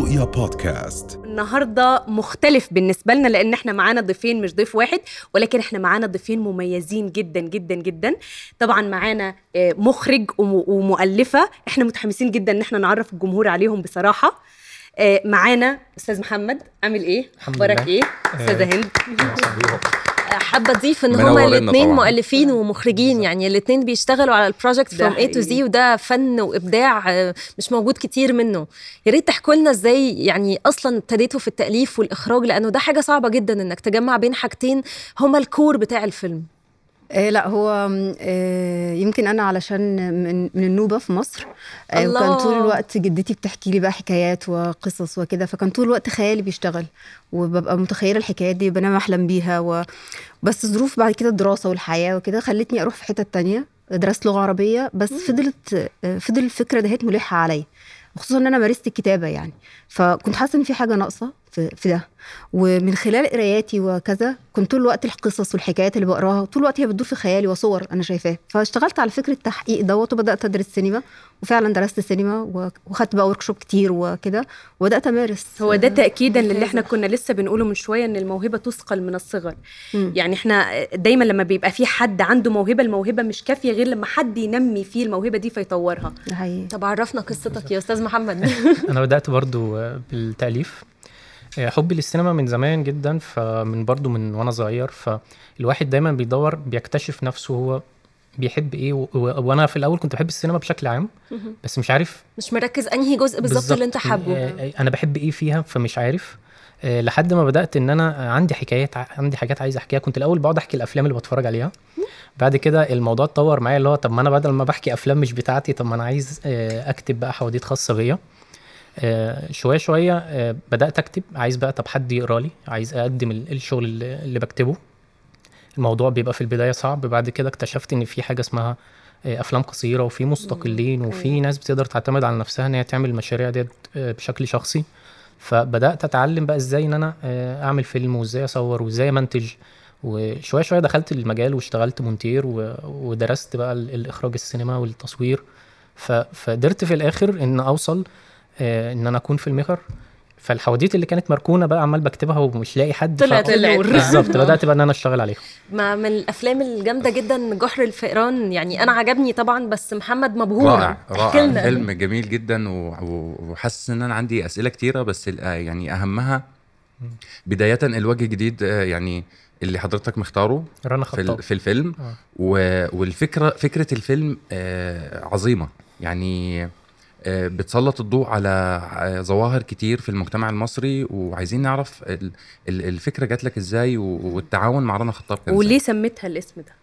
رؤيا بودكاست. النهاردة مختلف بالنسبة لنا لأن احنا معانا ضيفين، مش ضيف واحد، ولكن احنا معانا ضيفين مميزين جدا جدا جدا. طبعا معانا مخرج ومؤلفة، احنا متحمسين جدا ان احنا نعرف الجمهور عليهم بصراحة. معانا أستاذ محمد، عامل ايه؟ أخبارك ايه؟ أستاذة هند. حابة أضيف إن هما الاثنين مؤلفين ومخرجين، يعني الاثنين بيشتغلوا على البروجكت from A to Z، وده فن وإبداع مش موجود كتير منه. يا ريت تحكوا لنا إزاي يعني أصلاً ابتديتوا في التأليف والإخراج، لأنه ده حاجة صعبة جدا إنك تجمع بين حاجتين هما الكور بتاع الفيلم. لا هو يمكن أنا علشان من النوبة في مصر، وكان طول الوقت جدتي بتحكي لي بقى حكايات وقصص وكده، فكان طول الوقت خيالي بيشتغل وببقى متخيلة الحكايات دي، بنام أحلم بيها بس ظروف بعد كده الدراسة والحياة وكده خلتني أروح في حتة تانية، درست لغة عربية، بس فضل الفكرة دهيت ملحة علي، خصوصا ان انا مارست الكتابه يعني، فكنت حاسه ان في حاجه ناقصه في ده. ومن خلال قراياتي وكذا كنت طول الوقت القصص والحكايات اللي بقراها طول الوقت هي بتدور في خيالي وصور انا شايفاها، فاشتغلت على فكره التحقيق دوت وبدات ادرس سينما، وفعلا درست سينما وخدت بقى وركشوب كتير وكده وبدات امارس. هو ده تاكيدا للي احنا كنا لسه بنقوله من شويه، ان الموهبه تثقل من الصغر. يعني احنا دايما لما بيبقى في حد عنده موهبه، الموهبه مش كافيه غير لما حد ينمي فيه الموهبه دي فيطورها. طب عرفنا قصتك يا استاذ محمد. انا بدات برضو بالتاليف، حبي للسينما من زمان جدا، فمن برضو من وانا صغير، فالواحد دايما بيدور بيكتشف نفسه هو بيحب ايه، وانا في الاول كنت بحب السينما بشكل عام بس مش عارف، مش مركز انهي جزء بالظبط اللي انت حابه، انا بحب ايه فيها فمش عارف. لحد ما بدات ان انا عندي حاجات عايز احكيها. كنت الاول بقعد احكي الافلام اللي بتفرج عليها، بعد كده الموضوع اتطور معايا، اللي هو طب ما انا بدل ما بحكي افلام مش بتاعتي، طب ما انا عايز اكتب بقى حواديت خاصه بيا. شويه بدات اكتب، عايز بقى طب حد يقرا لي، عايز اقدم الشغل اللي بكتبه. الموضوع بيبقى في البدايه صعب، بعد كده اكتشفت ان في حاجه اسمها افلام قصيره، وفي مستقلين، وفي ناس بتقدر تعتمد على نفسها ان هي تعمل المشاريع دي بشكل شخصي. فبدات اتعلم بقى ازاي ان انا اعمل فيلم، وازاي اصور، وازاي منتج. وشويه دخلت المجال واشتغلت مونتير ودرست بقى الاخراج السينما والتصوير. فقدرت في الاخر ان اوصل ان انا اكون فيلم ميكر. فالحواديت اللي كانت مركونه بقى عمال بكتبها ومش لاقي حد، طلعت بالظبط بدات بقى ان انا اشتغل عليها. من الافلام الجامده جدا جحر الفئران، يعني انا عجبني طبعا، بس محمد مبهور. رائع فيلم جميل جدا، وحاسس ان انا عندي اسئله كتيره، بس يعني اهمها بدايه الوجه الجديد يعني اللي حضرتك مختاره في الفيلم. والفكره فكره الفيلم عظيمه، يعني بتسلط الضوء على ظواهر كتير في المجتمع المصري، وعايزين نعرف الفكرة جات لك ازاي، والتعاون مع رنا خطاب كان وليه سميتها الاسم ده؟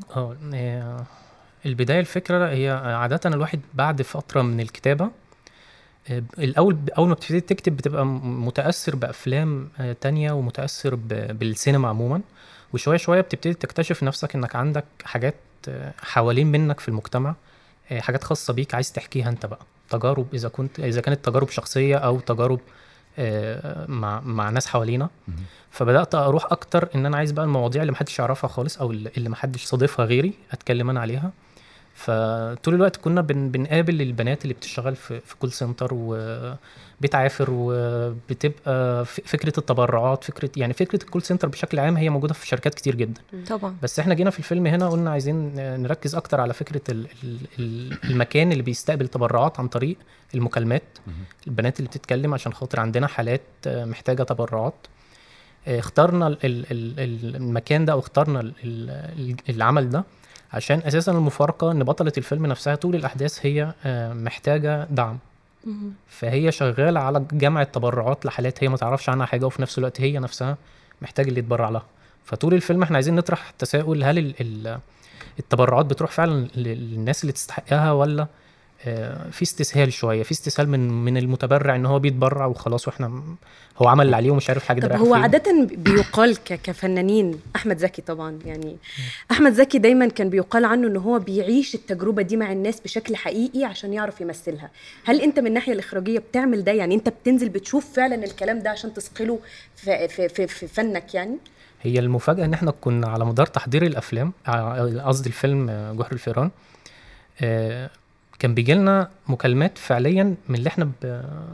البداية الفكرة هي عادة الواحد بعد فترة من الكتابة، أول ما بتبتدي تكتب بتبقى متأثر بأفلام تانية ومتأثر بالسينما عموما، وشوية بتبتدي تكتشف نفسك انك عندك حاجات حوالين منك في المجتمع، حاجات خاصة بيك عايز تحكيها انت بقى، تجارب إذا كانت تجارب شخصية أو تجارب مع ناس حوالينا. فبدأت أروح أكتر إن أنا عايز بقى المواضيع اللي محدش يعرفها خالص، أو اللي محدش صادفها غيري أتكلم أنا عليها. فطول الوقت كنا بنقابل البنات اللي بتشتغل في كول سنتر وبتعافر، وبتبقى فكرة التبرعات، فكرة الكول سنتر بشكل عام هي موجودة في شركات كتير جدا طبعا. بس احنا جينا في الفيلم هنا قلنا عايزين نركز اكتر على فكرة المكان اللي بيستقبل تبرعات عن طريق المكالمات، البنات اللي بتتكلم عشان خاطر عندنا حالات محتاجة تبرعات. اخترنا المكان ده، او اخترنا العمل ده عشان اساسا المفارقه ان بطله الفيلم نفسها طول الاحداث هي محتاجه دعم، فهي شغاله على جمع التبرعات لحالات هي ما تعرفش عنها حاجه، وفي نفس الوقت هي نفسها محتاجه اللي يتبرع لها. فطول الفيلم احنا عايزين نطرح التساؤل، هل التبرعات بتروح فعلا للناس اللي تستحقها، ولا في استسهال شويه، في استسهال من المتبرع ان هو بيتبرع وخلاص، واحنا هو عمل اللي عليه ومش عارف حاجه. طب هو عاده بيقال كفنانين، احمد زكي طبعا، يعني احمد زكي دايما كان بيقال عنه ان هو بيعيش التجربه دي مع الناس بشكل حقيقي عشان يعرف يمثلها. هل انت من الناحيه الاخراجيه بتعمل ده؟ يعني انت بتنزل بتشوف فعلا الكلام ده عشان تسقله في فنك يعني؟ هي المفاجاه ان احنا كنا على مدار تحضير الافلام، قصدي الفيلم جحر الفئران، كان بيجي لنا مكالمات فعليا من اللي احنا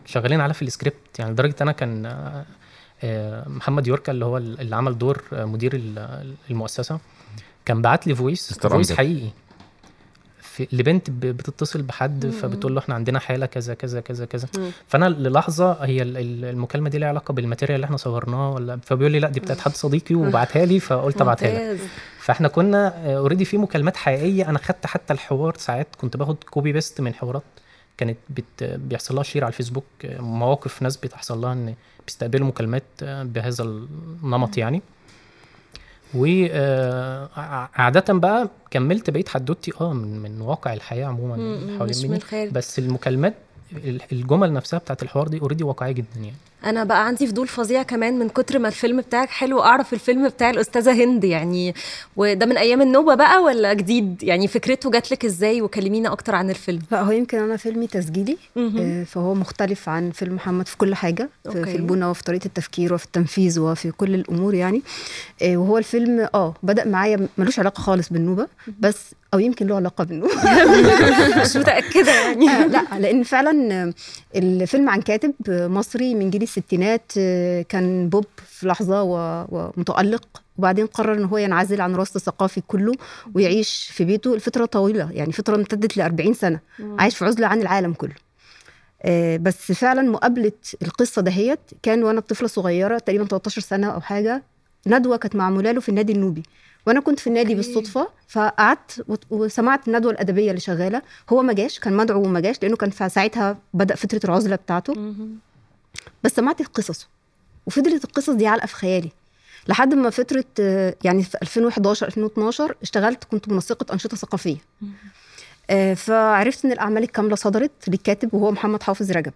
شغالين على في السكريبت يعني، لدرجه انا كان محمد يوركا اللي هو اللي عمل دور مدير المؤسسه كان بعت لي فويس حقيقي لبنت بتتصل بحد فبتقول له احنا عندنا حاله كذا كذا كذا كذا. فانا للحظه هي المكالمه دي ليها علاقه بالماتيريال اللي احنا صورناه ولا، فبيقول لي لا دي بتاعت حد صديقي وبعتها لي، فقلت ابعتها لك. فاحنا كنا اوريدي في مكالمات حقيقيه، انا خدت حتى الحوار ساعات كنت باخد كوبي بيست من حوارات كانت بيحصل لها شير على الفيسبوك، مواقف ناس بتحصل لها ان بيستقبلوا مكالمات بهذا النمط يعني. وعادة بقى كملت بقيت حدوتي من واقع الحياة عموما حوالين مني، بس المكالمات الجمل نفسها بتاعت الحوار دي اوريدي واقعية جدا يعني. انا بقى عندي فضول فظيع كمان من كتر ما الفيلم بتاعك حلو اعرف الفيلم بتاع الاستاذة هند يعني، وده من ايام النوبة بقى ولا جديد يعني؟ فكرته جات لك ازاي وكلمينا اكتر عن الفيلم. لا هو يمكن انا فيلمي تسجيلي فهو مختلف عن فيلم محمد في كل حاجة، في البنى وفي طريقة التفكير وفي التنفيذ وفي كل الامور يعني. وهو الفيلم بدأ معايا ملوش علاقة خالص بالنوبة، بس او يمكن له علاقة بالنوبة مش متأكدة يعني. لا لان فعلا الفيلم عن كاتب مصري من جيل الستينات، كان بوب في لحظة ومتألق، وبعدين قرر ان هو ينعزل عن الوسط الثقافي كله ويعيش في بيته لفترة طويلة يعني، فترة امتدت ل40 سنة عايش في عزلة عن العالم كله. بس فعلا مقابلة القصة دهيت كان وانا طفلة صغيرة تقريبا 13 سنة او حاجة، ندوة كانت معمولة له في النادي النوبي، وانا كنت في النادي بالصدفه، فقعدت وسمعت الندوه الادبيه اللي شغاله. هو ما جاش، كان مدعو وما جاش لانه كان في ساعتها بدا فتره العزله بتاعته، بس سمعت قصصه وفضلت القصص دي علقه في خيالي لحد ما فتره يعني في 2011 2012 اشتغلت، كنت منسقه انشطه ثقافيه. فعرفت ان الاعمال الكامله صدرت للكاتب وهو محمد حافظ رجب.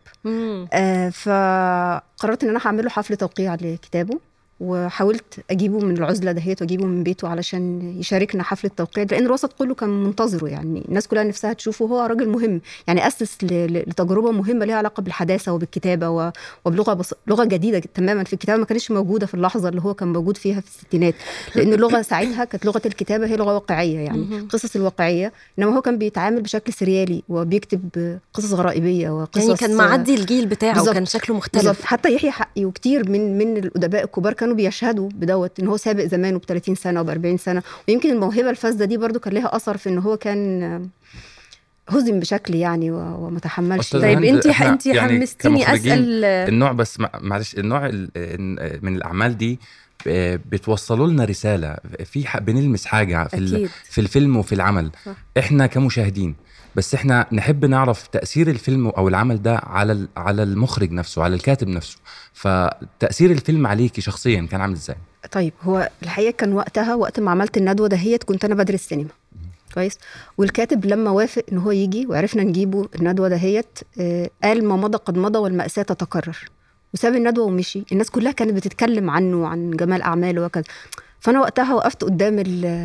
فقررت ان انا هعمل له حفل توقيع لكتابه، وحاولت اجيبه من العزله دهيت واجيبه من بيته علشان يشاركنا حفل التوقيع، لان الوسط كله كان منتظره يعني، الناس كلها نفسها تشوفه. هو راجل مهم يعني، اسس لتجربه مهمه ليها علاقه بالحداثه وبالكتابه وبلغه لغه جديده تماما في الكتابه، ما كانتش موجوده في اللحظه اللي هو كان موجود فيها في الستينات، لان اللغه ساعتها كانت لغه الكتابه هي لغه واقعيه يعني قصص الواقعيه، انما هو كان بيتعامل بشكل سريالي وبيكتب قصص غرائبيه وقصص يعني كان معدي الجيل بتاعه بالزبط. كان شكله مختلف بالزبط. حتى يحيى حقي وكتير من الادباء الكبار كانوا بيشهدوا بدوت ان هو سابق زمانه ب30 سنه وب40 سنه. ويمكن الموهبه الفذه دي برضو كان لها اثر في ان هو كان هزم بشكل يعني وما تحملش. طيب انت يعني حمستيني اسال النوع، بس معلش، النوع من الاعمال دي بتوصلوا لنا رساله، في بنلمس حاجه في الفيلم وفي العمل صح. احنا كمشاهدين بس احنا نحب نعرف تأثير الفيلم او العمل ده على المخرج نفسه، على الكاتب نفسه. فتأثير الفيلم عليكي شخصيا كان عامل ازاي؟ طيب هو الحقيقة كان وقتها وقت ما عملت الندوة دهيت كنت انا بدرس سينما كويس، والكاتب لما وافق ان هو يجي وعرفنا نجيبه الندوة دهيت قال ما مضى قد مضى والمأساة تتكرر، وساب الندوة ومشي. الناس كلها كانت بتتكلم عنه وعن جمال اعماله وكذا، فانا وقتها وقفت قدام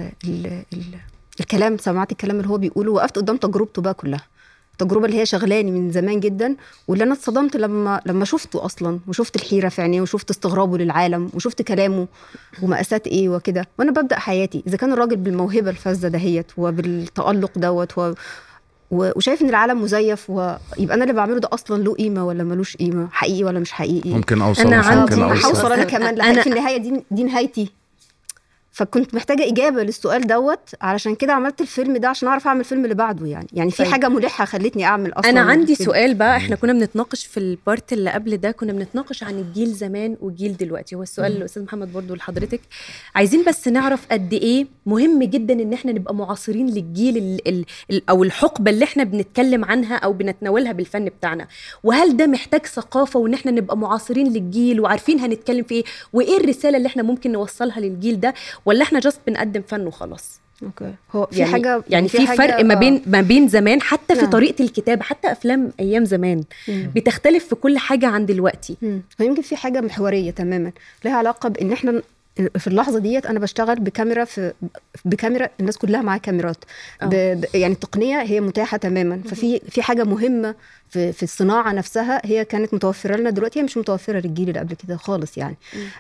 الكلام، سمعت الكلام اللي هو بيقوله، وقفت قدام تجربته بقى كلها، التجربه اللي هي شغلاني من زمان جدا، واللي انا اتصدمت لما شفته اصلا، وشفت الحيره في عينيه، وشفت استغرابه للعالم، وشفت كلامه ومأساة ايه وكده. وانا ببدا حياتي اذا كان الراجل بالموهبه الفذه دهيت وبالتألق دوت وشايف ان العالم مزيف، ويبقى انا اللي بعمله ده اصلا له قيمه ولا ملوش قيمه، حقيقي ولا مش حقيقي. ممكن اوصل انا هوصل انا كمان لحد في النهايه دي نهايتي. فكنت محتاجة إجابة للسؤال دوت، علشان كده عملت الفيلم ده عشان أعرف أعمل الفيلم اللي بعده يعني في حاجة ملحة خلتني أعمل أصلا. أنا عندي سؤال بقى، إحنا كنا بنتناقش في البارت اللي قبل ده، كنا بنتناقش عن الجيل زمان والجيل دلوقتي. هو السؤال للأستاذ محمد برضو لحضرتك، عايزين بس نعرف قد إيه مهم جدا إن إحنا نبقى معاصرين للجيل أو الحقبة اللي إحنا بنتكلم عنها أو بنتناولها بالفن بتاعنا، وهل ده محتاج ثقافة وإن إحنا نبقى معاصرين للجيل وعارفين هنتكلم في إيه، وإيه الرسالة اللي إحنا ممكن نوصلها للجيل ده، ولا إحنا جاست بنقدم فن وخلاص؟ اوكي، هو في حاجه يعني في فرق ما بين زمان حتى في طريقه الكتابه، حتى افلام ايام زمان بتختلف في كل حاجه عن دلوقتي. ويمكن في حاجه محوريه تماما لها علاقه بان احنا في اللحظه ديت انا بشتغل بكاميرا الناس كلها معاها كاميرات يعني التقنيه هي متاحه تماما، ففي حاجه مهمه في الصناعه نفسها هي كانت متوفره لنا دلوقتي، هي مش متوفره للجيل اللي قبل كده خالص يعني.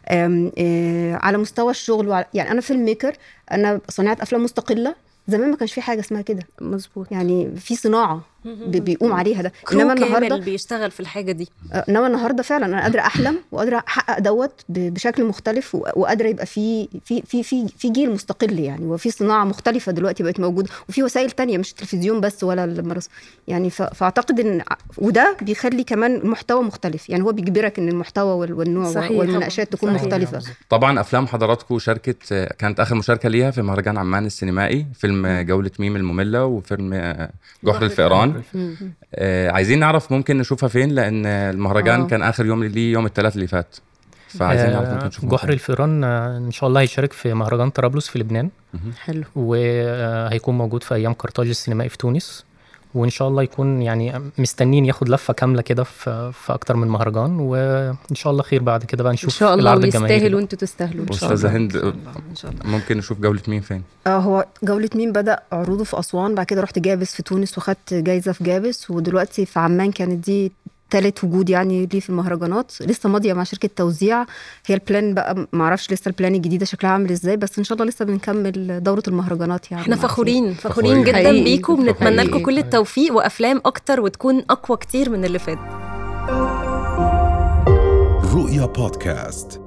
على مستوى الشغل يعني انا فيلم ميكر، انا صناعه افلام مستقله، زمان ما كانش في حاجه اسمها كده. مظبوط. يعني في صناعه بيقوم عليها ده. انما النهارده بيشتغل في الحاجه دي. انما النهارده فعلا انا قادره احلم وقادره احقق دوت بشكل مختلف، وقادره يبقى في جيل مستقل يعني، وفي صناعه مختلفه دلوقتي بقت موجوده، وفي وسائل تانية مش التلفزيون بس ولا المراسم يعني. فاعتقد ان وده بيخلي كمان المحتوى مختلف يعني، هو بيجبرك ان المحتوى والنوع والمناقشات تكون مختلفه. طبعا افلام حضراتكم شاركت، كانت اخر مشاركه ليها في مهرجان عمان السينمائي، فيلم جولة ميم الممله وفيلم جحر الفئران. عايزين نعرف ممكن نشوفها فين، لان المهرجان كان اخر يوم ليه يوم الثلاث اللي فات، فعايزين نعرف ممكن نشوفها. جحر الفئران ان شاء الله هيشارك في مهرجان طرابلس في لبنان. حلو. وهيكون موجود في ايام قرطاج السينمائي في تونس، وان شاء الله يكون يعني مستنين ياخد لفه كامله كده في اكتر من مهرجان، وان شاء الله خير بعد كده بقى نشوف العرض الجماهيري. يستاهل وانتوا تستاهلوا. استاذه هند، ممكن نشوف جوله مين فين؟ هو جوله مين بدا عروضه في اسوان، بعد كده رحت جابس في تونس وخدت جايزه في جابس، ودلوقتي في عمان كانت دي ثالث وجود يعني ليه في المهرجانات. لسه ماضيه مع شركه توزيع، هي البلان بقى ما اعرفش لسه البلان الجديده شكلها عامل ازاي، بس ان شاء الله لسه بنكمل دوره المهرجانات يعني. احنا فخورين جدا بيكم، بنتمنى لكم كل التوفيق وافلام اكتر وتكون اقوى كتير من اللي فات. رؤيا بودكاست.